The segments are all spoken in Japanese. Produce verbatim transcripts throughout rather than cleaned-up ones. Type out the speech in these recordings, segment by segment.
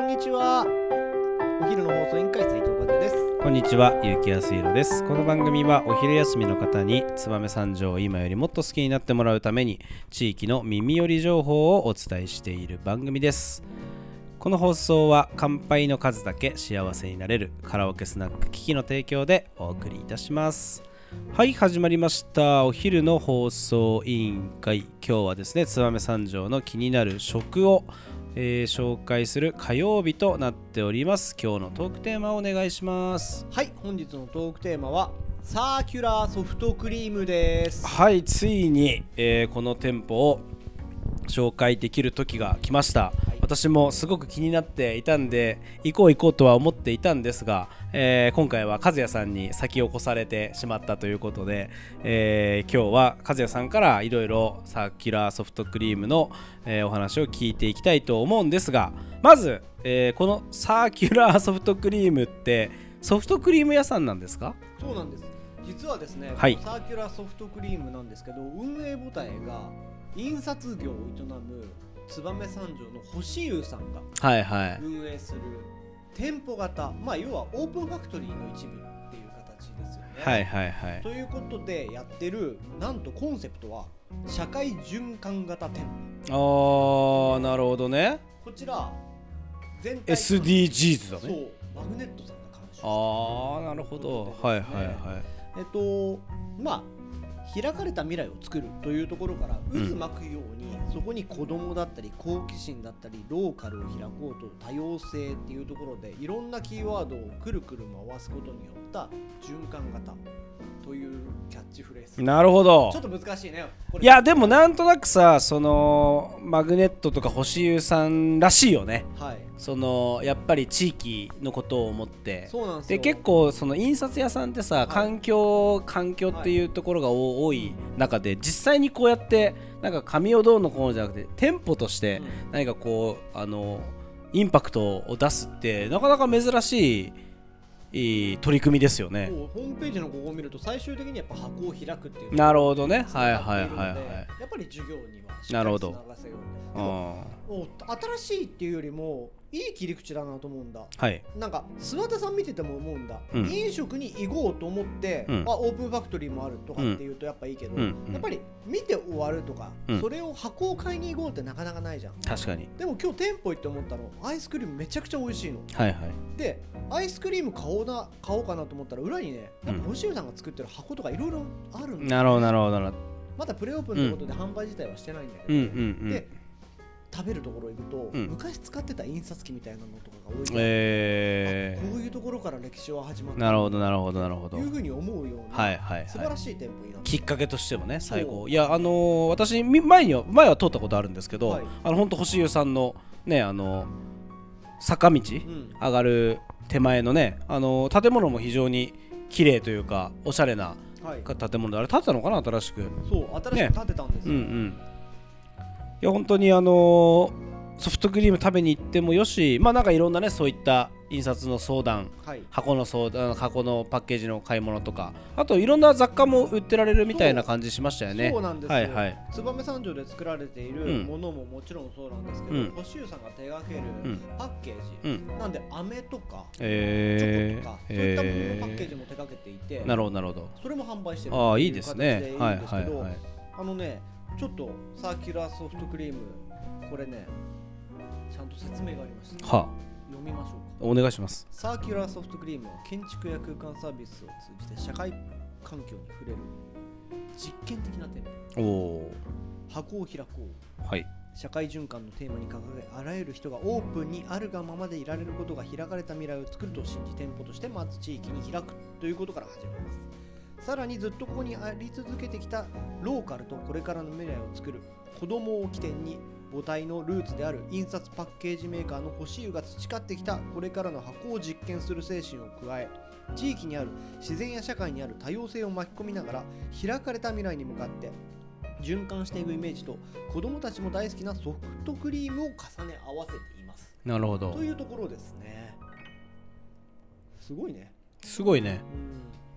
にちは。お昼の放送委員会斉藤和也です。 こんにちは、結城康弘です。この番組はお昼休みの方に燕三条を今よりもっと好きになってもらうために地域の耳寄り情報をお伝えしている番組です。この放送は乾杯の数だけ幸せになれるカラオケスナックキキの提供でお送りいたします。はい、始まりました。お昼の放送委員会。今日はですね、燕三条の気になる食を、えー、紹介する火曜日となっております。今日のトークテーマをお願いします。 はい、本日のトークテーマはサーキュラーソフトクリームです。 はい、ついに、えー、この店舗を紹介できる時が来ました、はい、私もすごく気になっていたんで行こう行こうとは思っていたんですが、えー、今回は和也さんに先を越されてしまったということで、えー、今日は和也さんからいろいろサーキュラーソフトクリームの、えー、お話を聞いていきたいと思うんですが、まず、えー、このサーキュラーソフトクリームってソフトクリーム屋さんなんですか？ そうなんです。実はですね、 はい、 サーキュラーソフトクリームなんですけど、運営母体が印刷業を営む燕三条の星優さんが運営する店舗型、はいはい、まあ要はオープンファクトリーの一部っていう形ですよね。 はいはいはい。 ということでやってる、なんとコンセプトは社会循環型店舗。あー、なるほどね。 こちら全体エスディージーズ だね。 そう、マグネットさんが監修してる。 あー、なるほど、はいはいはい。 えっとまあ開かれた未来を作るというところから渦巻くように、うん、そこに子供だったり好奇心だったりローカルを開こうと多様性っていうところでいろんなキーワードをくるくる回すことによった循環型というキャッチフレーズ。 なるほど。 ちょっと難しいねこれ。 いやでもなんとなくさ、そのマグネットとか星優さんらしいよね。はい。そのやっぱり地域のことを思って。 そうなんですよ。 で結構その印刷屋さんってさ、はい、環境環境っていうところが多い中で、実際にこうやってなんか紙をどうのこうのじゃなくて店舗として何かこう、あのインパクトを出すってなかなか珍しいいい取り組みですよね。 ホームページのここを見ると最終的にやっぱ箱を開くっていう。 なるほどね。はいはいはいはい。 やっぱり授業にはしっかりつながせよう。もう新しいっていうよりもいい切り口だなと思うんだ。はい。なんか諏訪田さん見てても思うんだ。うん、飲食に行こうと思って、うん、あオープンファクトリーもあるとかっていうとやっぱいいけど、うん、やっぱり見て終わるとか、うん、それを箱を買いに行こうってなかなかないじゃん。 確かに。 でも今日店舗行って思ったの、アイスクリームめちゃくちゃ美味しいの。 はいはい。 でアイスクリーム買おうな買おうかなと思ったら裏にね、やっぱ星優さんが作ってる箱とかいろいろあるんだ、ね。 なるほどなるほどなるほど。 まだプレオープンということで販売自体はしてないんだけど、うんうんうん、で食べるところ行くと、うん、昔使ってた印刷機みたいなのとかが多いから、えー、こういうところから歴史は始まった。 なるほどなるほどなるほど。 いうふうに思うような、はいはいはい、素晴らしい店舗になって、 きっかけとしてもね、最後。いやあのー、私前には前は通ったことあるんですけど、はい、あの本当星優さんのね、あの坂道、うん、上がる手前のね、あの建物も非常に綺麗というかおしゃれな建物で、あれ建てたのかな、新しく。 そう新しく建てたんですよ、ね、うんうん。 いや本当にあのー、ソフトクリーム食べに行ってもよし、まあなんかいろんなねそういった印刷の相談、はい、箱の相談、箱のパッケージの買い物とか、あといろんな雑貨も売ってられるみたいな感じしましたよね。 そうなんですよ、はいはい、燕三条で作られているものももちろんそうなんですけど、うん、星優さんが手掛けるパッケージ、うん、なんで飴とか、えー、チョコとか、そういったもののパッケージも手掛けていて、えー、 なるほどなるほど。 それも販売してるああいいでですね。 いいんですけど、はいはいはい、あのねちょっとサーキュラーソフトクリーム、これねちゃんと説明がありました、はあ、読みましょうか。 お願いします。 サーキュラーソフトクリームは建築や空間サービスを通じて社会環境に触れる実験的な店舗。お箱を開こう、はい、社会循環のテーマに掲げ、あらゆる人がオープンにあるがままでいられることが開かれた未来を作ると信じ、店舗としてまず地域に開くということから始めます。さらにずっとここにあり続けてきたローカルとこれからの未来を作る子供を起点に、母体のルーツである印刷パッケージメーカーの星優が培ってきたこれからの箱を実験する精神を加え、地域にある自然や社会にある多様性を巻き込みながら開かれた未来に向かって循環していくイメージと、子供たちも大好きなソフトクリームを重ね合わせています。 なるほど。 というところですね。すごいね。 すごいね。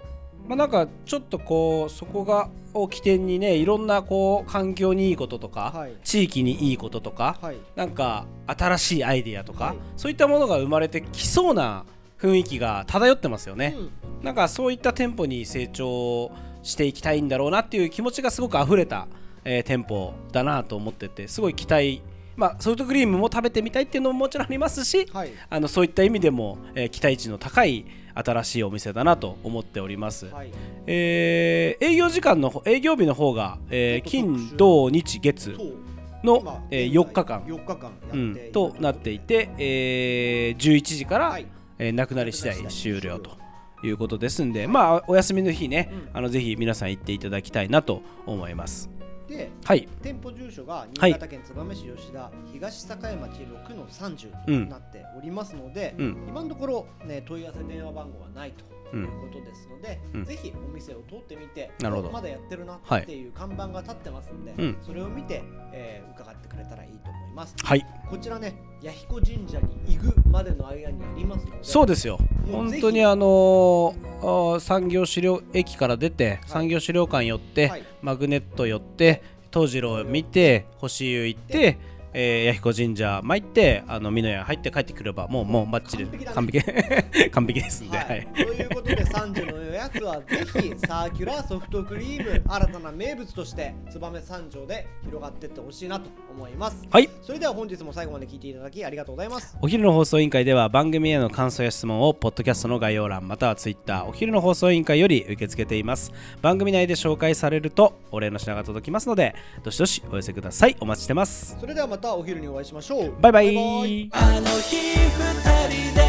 まあ、なんかちょっとこうそこがを起点にねいろんなこう環境にいいこととか、はい、地域にいいこととか、はい、なんか新しいアイデアとか、はい、そういったものが生まれてきそうな雰囲気が漂ってますよね、うん、なんかそういった店舗に成長していきたいんだろうなっていう気持ちがすごく溢れた、えー、店舗だなと思ってて、すごい期待、まあ、ソフトクリームも食べてみたいっていうのももちろんありますし、はい、あのそういった意味でも、えー、期待値の高い新しいお店だなと思っております、はい、えー、営業時間の営業日の方が、えー、金土日月の、えー、よっかかん、 よっかかんうん、となっていて、えー、じゅういちじから、はい、えー、なくなり次第終了ということですんで、まあお休みの日ね、うん、あのぜひ皆さん行っていただきたいなと思います。 で、 はい、 店舗住所が新潟県燕市吉田、はい、東栄町ろくのさんじゅうになっておりますので、うん、今のところ、ね、問い合わせ電話番号はないということですので、うん、ぜひお店を通ってみて、なるほど、まだやってるなっていう看板が立ってますので、はい、それを見て、えー、伺ってくれたらいいと思います、はい、こちらね弥彦神社に行くまでの間にありますので、 そうですよ、本当にあのー、産業資料駅から出て、はい、産業資料館寄って、はい、マグネット寄って東次郎見て星湯行って、えー、弥彦神社参って、あの美濃屋入って帰ってくればもうもうバッチリ完璧完璧ですんで、はいはい、 ということでさんじの予約はぜひサーキュラーソフトクリーム新たな名物として燕三条で広がっていってほしいなと思います。はい、それでは本日も最後まで聞いていただきありがとうございます。 お昼の放送委員会では番組への感想や質問をポッドキャストの概要欄またはツイッターお昼の放送委員会より受け付けています。番組内で紹介されるとお礼の品が届きますのでどしどしお寄せください。お待ちしてます。 それではまたお昼にお会いしましょう。 バイバイ。バイバイ。あの日ふたりで